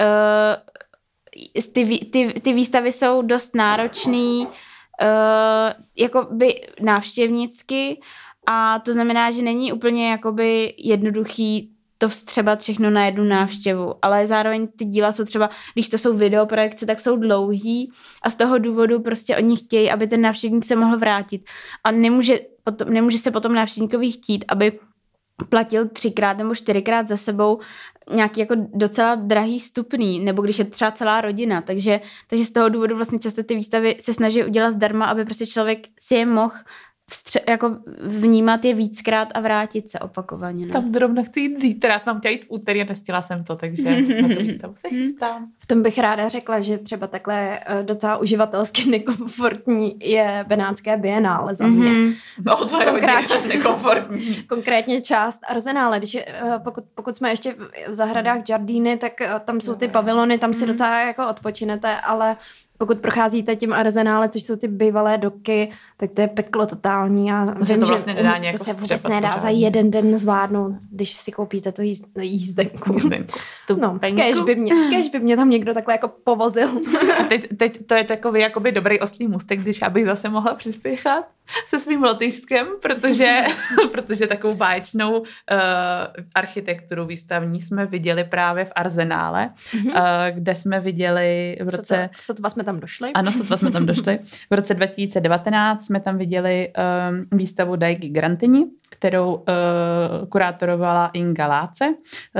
ty výstavy jsou dost náročný, jakoby návštěvnicky a to znamená, že není úplně jakoby jednoduchý to vstřebat všechno na jednu návštěvu, ale zároveň ty díla jsou třeba, když to jsou videoprojekce, tak jsou dlouhý a z toho důvodu prostě oni chtějí, aby ten návštěvník se mohl vrátit a nemůže se potom návštěvníkovi chtít, aby platil 3x nebo 4x za sebou nějaký jako docela drahý vstupný, nebo když je třeba celá rodina, takže z toho důvodu vlastně často ty výstavy se snaží udělat zdarma, aby prostě člověk si je mohl jako vnímat je víckrát a vrátit se opakovaně. No. Tam zrovna chci jít zítra, já jsem chtěla jít v úterý a nestihla jsem to, takže na tu výstavu se chystám. V tom bych ráda řekla, že třeba takhle docela uživatelsky nekomfortní je Benátské bienále za mě. No to je hodně nekomfortní. Konkrétně část Arzenále, když pokud jsme ještě v zahradách Giardíny, tak tam jsou ty pavilony, tam si docela jako odpočinete, ale pokud procházíte tím Arzenále, což jsou ty bývalé doky, tak to je peklo totální. A to se to vlastně nedá nějak to se vůbec nedá za jeden den zvládnout, když si koupíte tu jízdenku. No, kéž by mě tam někdo takhle jako povozil. A teď to je takový jakoby dobrý oslý můstek, když já bych zase mohla přispěchat se svým Lotyšskem, protože takovou báječnou architekturu výstavní jsme viděli právě v Arzenále, kde jsme viděli v roce... Sotva jsme tam došli. Ano, sotva jsme tam došli. V roce 2019 jsme tam viděli výstavu Daigy Grantini, kterou kurátorovala Inga Láce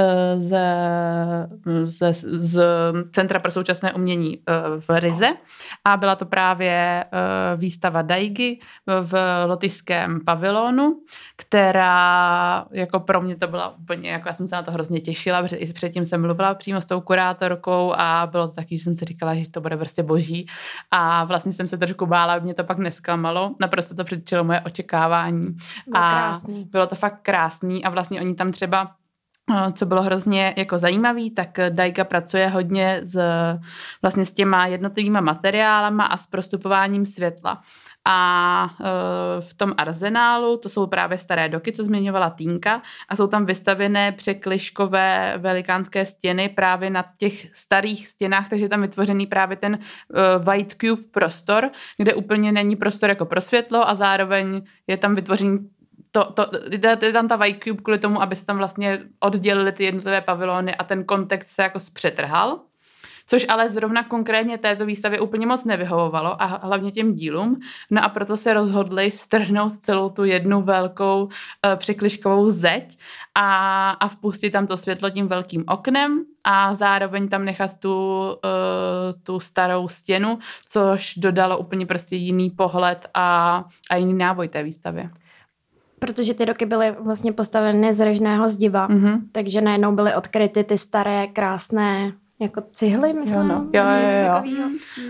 z Centra pro současné umění v Rize. A byla to právě výstava Daigy v lotyšském pavilonu, která jako pro mě to byla úplně, jako já jsem se na to hrozně těšila, protože i předtím jsem mluvila přímo s tou kurátorkou a bylo to taky, že jsem si říkala, že to bude prostě boží a vlastně jsem se trošku bála, aby mě to pak nesklamalo. Naprosto to předčilo moje očekávání. Krásný. Bylo to fakt krásný a vlastně oni tam třeba, co bylo hrozně jako zajímavý, tak Daiga pracuje hodně vlastně s těma jednotlivýma materiálama a s prostupováním světla. A v tom Arzenálu, to jsou právě staré doky, co zmiňovala Týnka, a jsou tam vystavené překližkové velikánské stěny právě na těch starých stěnách, takže je tam vytvořený právě ten white cube prostor, kde úplně není prostor jako pro světlo a zároveň je tam vytvořený je tam ta white cube kvůli tomu, aby se tam vlastně oddělily ty jednotlivé pavilony a ten kontext se jako zpřetrhal. Což ale zrovna konkrétně této výstavě úplně moc nevyhovovalo a hlavně těm dílům. No a proto se rozhodli strhnout celou tu jednu velkou překližkovou zeď a vpustit tam to světlo tím velkým oknem a zároveň tam nechat tu starou stěnu, což dodalo úplně prostě jiný pohled a jiný náboj té výstavě. Protože ty doky byly vlastně postaveny z režného zdiva, takže najednou byly odkryty ty staré, krásné jako cihly, myslím. Jo.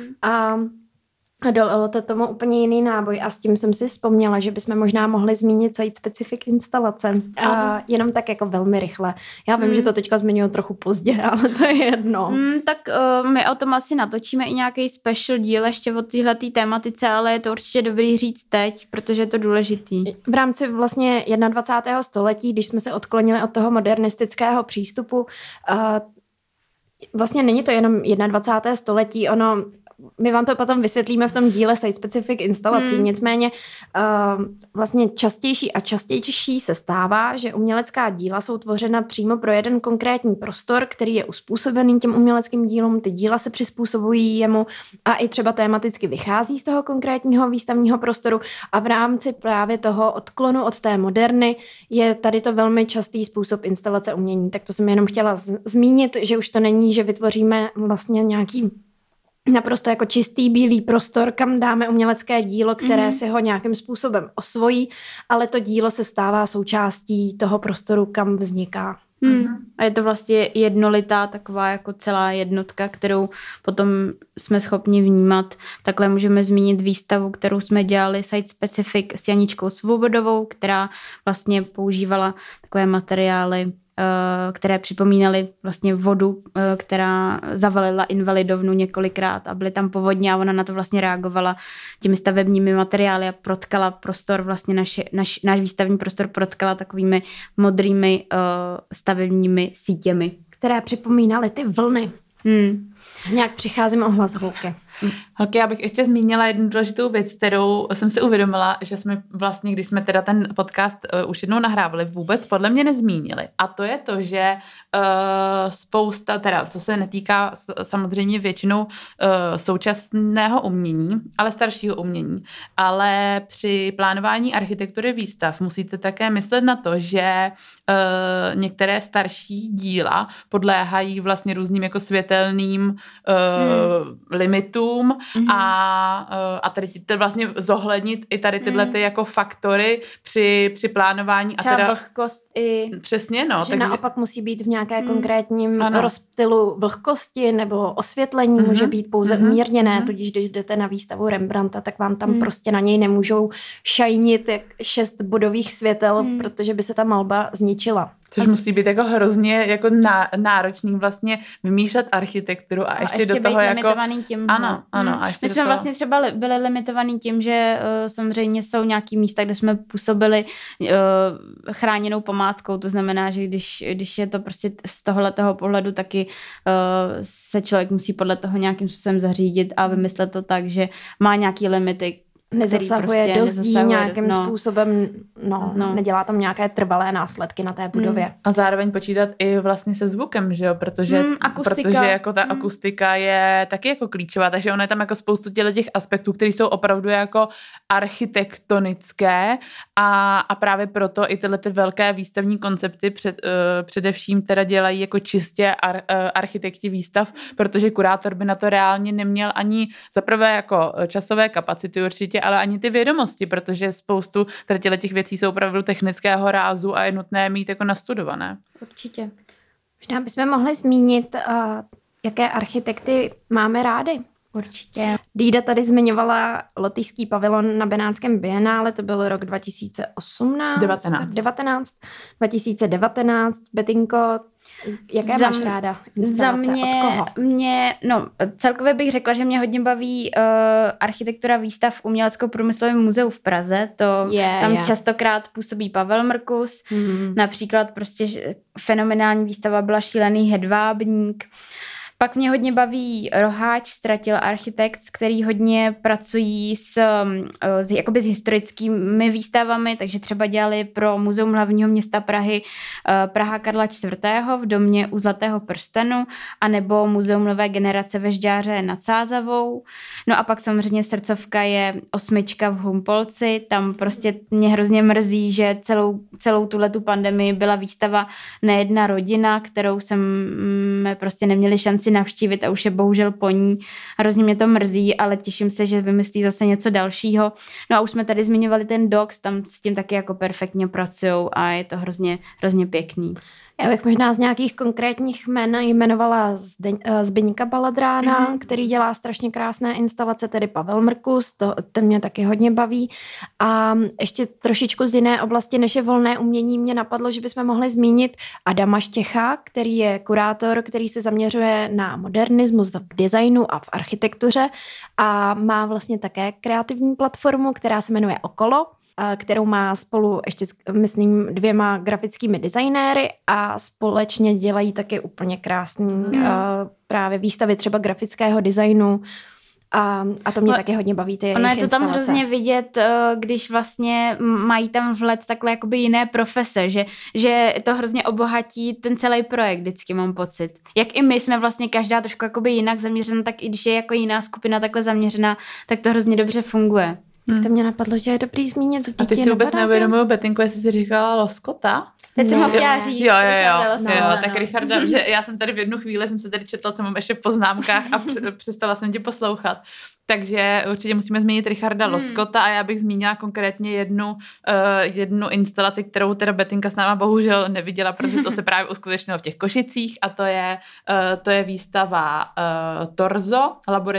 A dodalo to tomu úplně jiný náboj a s tím jsem si vzpomněla, že bychom možná mohli zmínit site-specific instalace. A jenom tak jako velmi rychle. Já vím, že to teďka zmiňuji trochu pozdě, ale to je jedno. Tak my o tom asi natočíme i nějaký special díl ještě o téhletý tématice, ale je to určitě dobrý říct teď, protože je to důležitý. V rámci vlastně 21. století, když jsme se odklonili od toho modernistického přístupu, vlastně není to jenom 21. století, my vám to potom vysvětlíme v tom díle site-specific instalací, nicméně vlastně častější a častější se stává, že umělecká díla jsou tvořena přímo pro jeden konkrétní prostor, který je uspůsobený těm uměleckým dílům, ty díla se přizpůsobují jemu a i třeba tematicky vychází z toho konkrétního výstavního prostoru a v rámci právě toho odklonu od té moderny je tady to velmi častý způsob instalace umění. Tak to jsem jenom chtěla zmínit, že už to není, že vytvoříme vlastně nějaký naprosto jako čistý bílý prostor, kam dáme umělecké dílo, které si ho nějakým způsobem osvojí, ale to dílo se stává součástí toho prostoru, kam vzniká. A je to vlastně jednolitá taková jako celá jednotka, kterou potom jsme schopni vnímat. Takhle můžeme zmínit výstavu, kterou jsme dělali Site Specific s Janičkou Svobodovou, která vlastně používala takové materiály, které připomínaly vlastně vodu, která zavalila Invalidovnu několikrát a byly tam povodně a ona na to vlastně reagovala těmi stavebními materiály a protkala prostor, vlastně náš výstavní prostor protkala takovými modrými stavebními sítěmi. Které připomínaly ty vlny. Nějak přicházím o hlas, holky. Holky, já bych ještě zmínila jednu důležitou věc, kterou jsem si uvědomila, že jsme vlastně, když jsme teda ten podcast už jednou nahrávali, vůbec podle mě nezmínili. A to je to, že spousta, teda co se netýká samozřejmě většinou současného umění, ale staršího umění, ale při plánování architektury výstav musíte také myslet na to, že některé starší díla podléhají vlastně různým jako světelným limitům a tady vlastně zohlednit i tady tyhle ty jako faktory při plánování. Třeba a teda vlhkost i... Přesně, no. Že naopak musí být v nějaké konkrétním rozptylu vlhkosti nebo osvětlení, může být pouze umírněné, tudíž když jdete na výstavu Rembrandta, tak vám tam prostě na něj nemůžou šajnit jak 6 bodových světel, protože by se ta malba zničila. Což musí být jako hrozně jako náročný vlastně vymýšlet architekturu a ještě do toho jako... limitovaný tím. Ano. A ještě my jsme vlastně třeba byli limitovaný tím, že samozřejmě jsou nějaký místa, kde jsme působili chráněnou památkou, to znamená, že když je to prostě z tohoto pohledu, taky se člověk musí podle toho nějakým způsobem zařídit a vymyslet to tak, že má nějaký limity, nezasahuje prostě do zdí nějakým no. způsobem, nedělá tam nějaké trvalé následky na té budově. A zároveň počítat i vlastně se zvukem, že jo, protože jako ta akustika je taky jako klíčová, takže ono je tam jako spoustu těch aspektů, které jsou opravdu jako architektonické a právě proto i tyhle ty velké výstavní koncepty především teda dělají jako čistě architekti výstav, protože kurátor by na to reálně neměl ani zaprvé jako časové kapacity určitě, ale ani ty vědomosti, protože spoustu těch věcí jsou opravdu technického rázu a je nutné mít jako nastudované. Určitě. Možná bychom mohli zmínit, jaké architekty máme rádi. Určitě. Dída tady zmiňovala lotyšský pavilon na Benátském bienále, to byl rok 2019. Betinko, jaké máš ráda instalace? Za mě, celkově bych řekla, že mě hodně baví architektura výstav v Umělecko-průmyslovém muzeu v Praze. Tam častokrát působí Pavel Mrkus. Například prostě fenomenální výstava byla Šílený hedvábník. Pak mě hodně baví Roháč, Stratil Architects, který hodně pracují s historickými výstavami, takže třeba dělali pro Muzeum hlavního města Prahy Praha Karla IV. V domě u Zlatého prstenu, anebo Muzeum nové generace ve Žďáře nad Sázavou. No a pak samozřejmě srdcovka je 8 v Humpolci, tam prostě mě hrozně mrzí, že celou tuhletu pandemii byla výstava Nejedna rodina, kterou jsme prostě neměli šanci navštívit a už je bohužel po ní. Hrozně mě to mrzí, ale těším se, že vymyslí zase něco dalšího. No a už jsme tady zmiňovali ten Docs, tam s tím taky jako perfektně pracujou a je to hrozně pěkný. Já bych možná z nějakých konkrétních jmen jmenovala Zbyňka Baladrána, který dělá strašně krásné instalace, tedy Pavel Mrkus, ten mě taky hodně baví. A ještě trošičku z jiné oblasti, než je volné umění, mě napadlo, že bychom mohli zmínit Adama Štěcha, který je kurátor, který se zaměřuje na modernismus v designu a v architektuře a má vlastně také kreativní platformu, která se jmenuje Okolo, kterou má spolu ještě s, myslím, 2 grafickými designéry a společně dělají taky úplně krásný právě výstavy třeba grafického designu a to mě taky hodně baví, ty Ono je to instalace. tam hrozně vidět, když vlastně mají tam vhled takhle jakoby jiné profese, že to hrozně obohatí ten celý projekt, vždycky mám pocit. Jak i my jsme vlastně každá trošku jakoby jinak zaměřená, tak i když je jako jiná skupina takhle zaměřená, tak to hrozně dobře funguje. Tak to mě napadlo, že je dobrý zmínit. A teď si vůbec neuvědomuju, Betinku, jestli jsi říkala Loskota. Teď jsem ho chtěla říct. Jo, tak Richarda, že já jsem tady v jednu chvíli, jsem se tady četla, co mám ještě v poznámkách a přestala jsem tě poslouchat. Takže určitě musíme zmínit Richarda Loskota a já bych zmínila konkrétně jednu instalaci, kterou teda Betinka s náma bohužel neviděla, protože to se právě uskutečnilo v těch Košicích a to je výstava Torzo,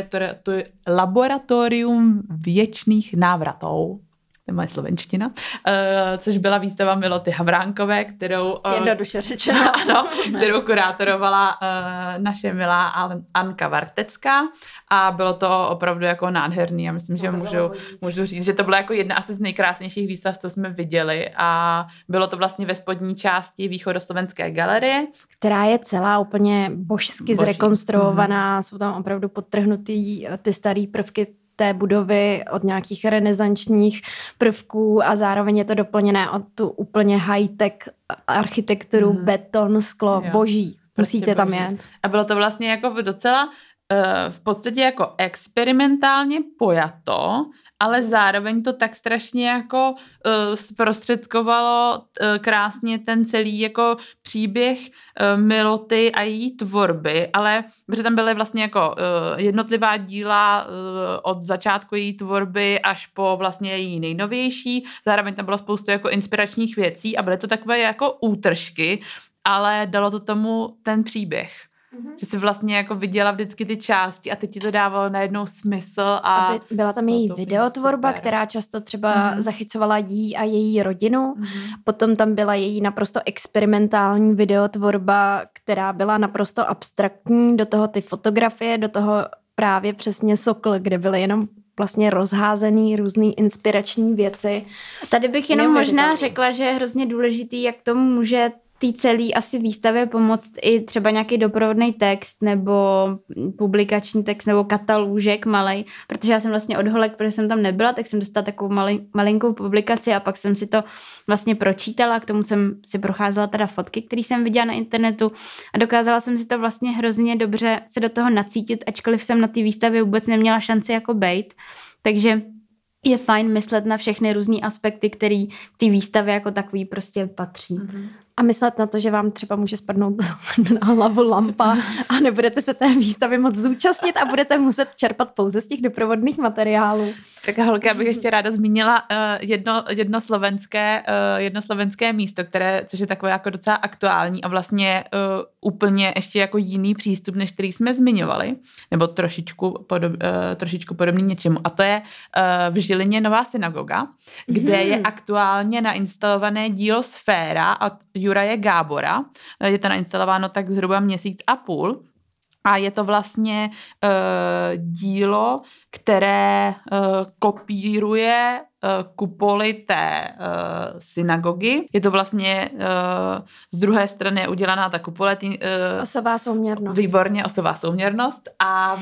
laboratorium věčných návratů. To je moje slovenština, což byla výstava Miloty Havránkové, kterou... Jednoduše řečeno. Ano, kterou kurátorovala naše milá Anka Vartecká a bylo to opravdu jako nádherný. Já myslím, že můžu říct, že to byla jako jedna asi z nejkrásnějších výstav, co jsme viděli a bylo to vlastně ve spodní části Východoslovenské galerie. Která je celá úplně božsky zrekonstruovaná, jsou tam opravdu podtrhnutý ty starý prvky té budovy od nějakých renesančních prvků a zároveň je to doplněné od tu úplně high-tech architekturu, beton, sklo, boží. Musíte tam jet. A bylo to vlastně jako docela v podstatě jako experimentálně pojato, ale zároveň to tak strašně jako zprostředkovalo krásně ten celý jako příběh Miloty a její tvorby, ale protože tam byly vlastně jako jednotlivá díla od začátku její tvorby až po vlastně její nejnovější, zároveň tam bylo spoustu jako inspiračních věcí a byly to takové jako útržky, ale dalo to tomu ten příběh. Že jsi vlastně jako viděla vždycky ty části a teď ti to dávalo najednou smysl. A byla tam její videotvorba, která často třeba zachycovala jí a její rodinu. Potom tam byla její naprosto experimentální videotvorba, která byla naprosto abstraktní, do toho ty fotografie, do toho právě přesně Sokl, kde byly jenom vlastně rozházený různý inspirační věci. Tady bych jenom možná řekla, že je hrozně důležitý, jak tomu může té celé asi výstavě pomoct i třeba nějaký doprovodný text nebo publikační text nebo katalůžek malej, protože já jsem vlastně od holek, protože jsem tam nebyla, tak jsem dostala takovou malinkou publikaci a pak jsem si to vlastně pročítala, k tomu jsem si procházela teda fotky, které jsem viděla na internetu a dokázala jsem si to vlastně hrozně dobře se do toho nacítit, ačkoliv jsem na té výstavě vůbec neměla šanci jako bejt, takže je fajn myslet na všechny různý aspekty, který k té výstavě jako takový prostě patří. A myslet na to, že vám třeba může spadnout na hlavu lampa a nebudete se té výstavy moc zúčastnit a budete muset čerpat pouze z těch doprovodných materiálů. Tak holky, já bych ještě ráda zmínila jedno slovenské místo, což je takové jako docela aktuální a vlastně úplně ještě jako jiný přístup, než který jsme zmiňovali, nebo trošičku podobný něčemu. A to je v Žilině Nová synagoga, kde je aktuálně nainstalované dílo Sféra od Juraje Gábora. Je to nainstalováno tak zhruba 1,5 měsíce. A je to vlastně dílo, které kopíruje kupoly té synagogy. Je to vlastně z druhé strany je udělaná ta kupole. Osová souměrnost. Výborně, osová souměrnost. A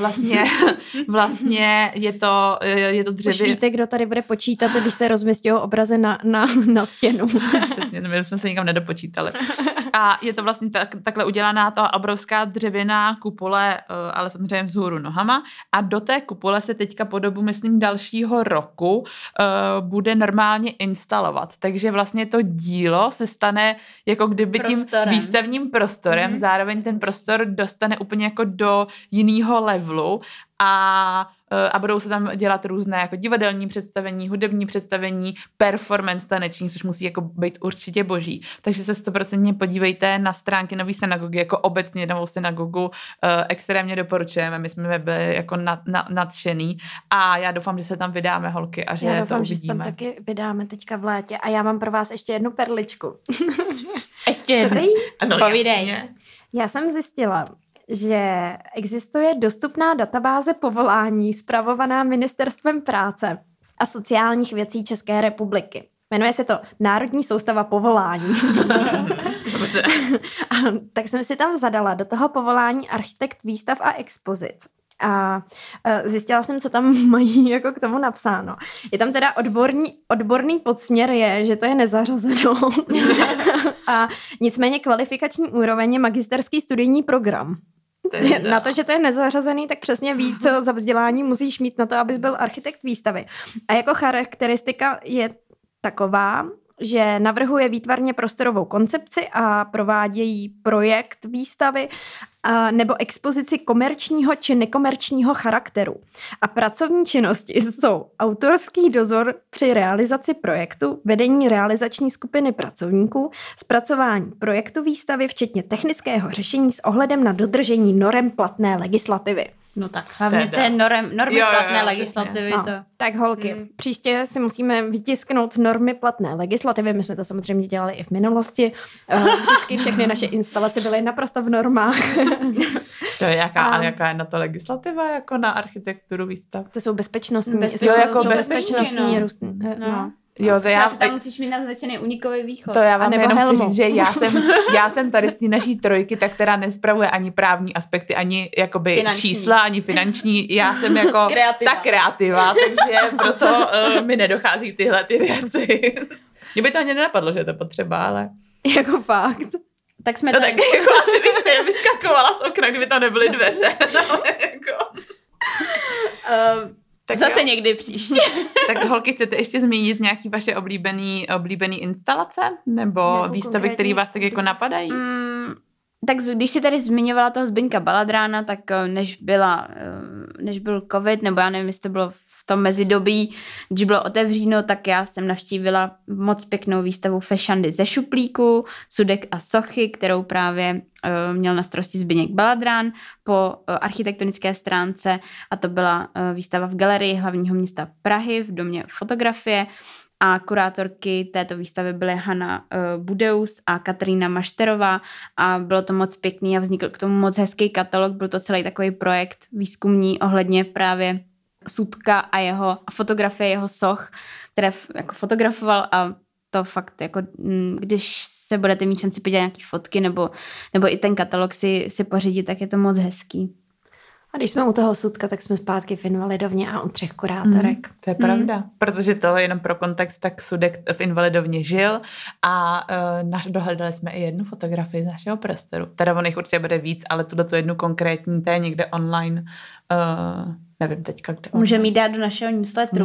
vlastně je to dřevě. Už víte, kdo tady bude počítat, když se rozmístí obrazy na stěnu. Přesně, my jsme se nikam nedopočítali. A je to vlastně takhle udělaná ta obrovská dřevěná kupole, ale samozřejmě vzhůru nohama. A do té kupole se teďka po dobu, myslím, dalšího roku bude normálně instalovat. Takže vlastně to dílo se stane jako kdyby prostorem. Tím výstavním prostorem, zároveň ten prostor dostane úplně jako do jiného levelu a budou se tam dělat různé jako divadelní představení, hudební představení, performance taneční, což musí jako být určitě boží. Takže se 100% podívejte na stránky Nový synagogy, jako obecně Novou synagogu extrémně doporučujeme, my jsme byli jako nadšený a já doufám, že se tam vydáme, holky, a že já doufám, to uvidíme. že se tam taky vydáme teďka v létě a já mám pro vás ještě jednu perličku. Ještě jednu? Ano, povídej. Já jsem zjistila, že existuje dostupná databáze povolání spravovaná Ministerstvem práce a sociálních věcí České republiky. Jmenuje se to Národní soustava povolání. Tak jsem si tam zadala do toho povolání architekt výstav a expozic. A zjistila jsem, co tam mají jako k tomu napsáno. Je tam teda odborný podsměr je, že to je nezařazeno. A nicméně kvalifikační úroveň je magisterský studijní program. Na to, že to je nezařazený, tak přesně ví, co za vzdělání musíš mít na to, abys byl architekt výstavy. A jako charakteristika je taková, že navrhuje výtvarně prostorovou koncepci a provádějí projekt výstavy nebo expozici komerčního či nekomerčního charakteru. A pracovní činnosti jsou autorský dozor při realizaci projektu, vedení realizační skupiny pracovníků, zpracování projektu výstavy, včetně technického řešení s ohledem na dodržení norem platné legislativy. No tak hlavně té normy platné legislativy. No, tak holky, příště si musíme vytisknout normy platné legislativy. My jsme to samozřejmě dělali i v minulosti. Vždycky všechny naše instalace byly naprosto v normách. To je jaká je na to legislativa, jako na architekturu výstav? To jsou bezpečnostní. Bezpečnostní různý. No. Jo, třeba, že tam musíš mít naznačený unikový východ. To já vám jenom chci říct, že já jsem tady z té naší trojky, tak která nespravuje ani právní aspekty, ani jakoby finanční. Čísla, ani finanční. Já jsem jako ta kreativa, takže proto mi nedochází tyhle ty věci. Mě by to ani nenapadlo, že je to potřeba, ale... Jako fakt. Tak jsme tak jako asi bych vyskakovala z okna, kdyby tam nebyly dveře. Tak zase někdy příště. Tak holky, chcete ještě zmínit nějaký vaše oblíbený instalace? Nebo výstavy, které vás tak jako napadají? Tak když si tady zmiňovala toho Zbyňka Baladrána, tak než byl covid, nebo já nevím, jestli to bylo v tom mezidobí, když bylo otevříno, tak já jsem navštívila moc pěknou výstavu Fešandy ze šuplíku, Sudek a sochy, kterou právě měl na starosti Zbyněk Baladrán po architektonické stránce, a to byla výstava v Galerii hlavního města Prahy v domě fotografie. A kurátorky této výstavy byly Hana Budeus a Katerína Mašterová a bylo to moc pěkný a vznikl k tomu moc hezký katalog. Byl to celý takový projekt výzkumný ohledně právě Sudka a fotografie jeho soch, které jako fotografoval, a to fakt jako, když se budete mít šanci podívat nějaký fotky nebo i ten katalog si pořídit, tak je to moc hezký. A když jsme u toho Sudka, tak jsme zpátky v Invalidovně a u 3 kurátorek. To je pravda, protože to jenom pro kontext, tak Sudek v Invalidovně žil a dohledali jsme i jednu fotografii z našeho prostoru. Teda on jich určitě bude víc, ale tu jednu konkrétní, to je někde online, nevím teďka, kde. Můžeme jí dát do našeho newsletteru.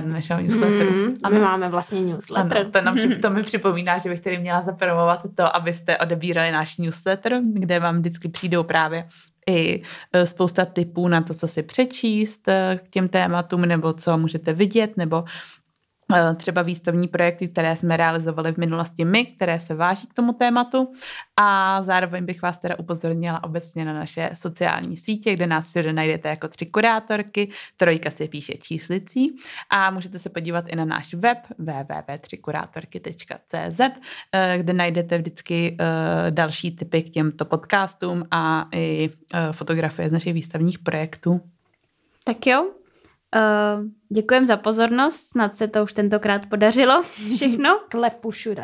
A my máme vlastně newsletter. Ano, to mi připomíná, že bych tady měla zapromovat to, abyste odebírali náš newsletter, kde vám vždycky přijdou právě i spousta tipů na to, co si přečíst k těm tématům, nebo co můžete vidět, nebo třeba výstavní projekty, které jsme realizovali v minulosti my, které se váží k tomu tématu, a zároveň bych vás teda upozornila obecně na naše sociální sítě, kde nás všude najdete jako 3 kurátorky, 3 se píše číslicí, a můžete se podívat i na náš web www.3kurátorky.cz, kde najdete vždycky další tipy k těmto podcastům a i fotografie z našich výstavních projektů. Tak jo. Děkujem za pozornost, snad se to už tentokrát podařilo všechno. Klepu všude.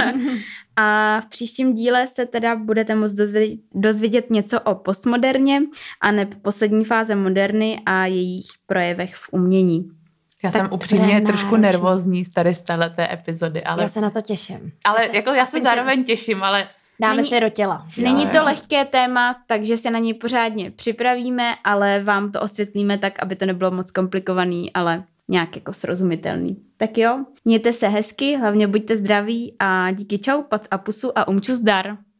A v příštím díle se teda budete moct dozvědět něco o postmoderně a neb poslední fáze moderny a jejich projevech v umění. Já jsem upřímně trošku nervózní tady z téhleté epizody, ale... Já se na to těším. Ale já se zároveň těším, ale... Dáme se do těla. Není to lehké téma, takže se na něj pořádně připravíme, ale vám to osvětlíme tak, aby to nebylo moc komplikovaný, ale nějak jako srozumitelný. Tak jo, mějte se hezky, hlavně buďte zdraví a díky, čau, pac a pusu a umču zdar.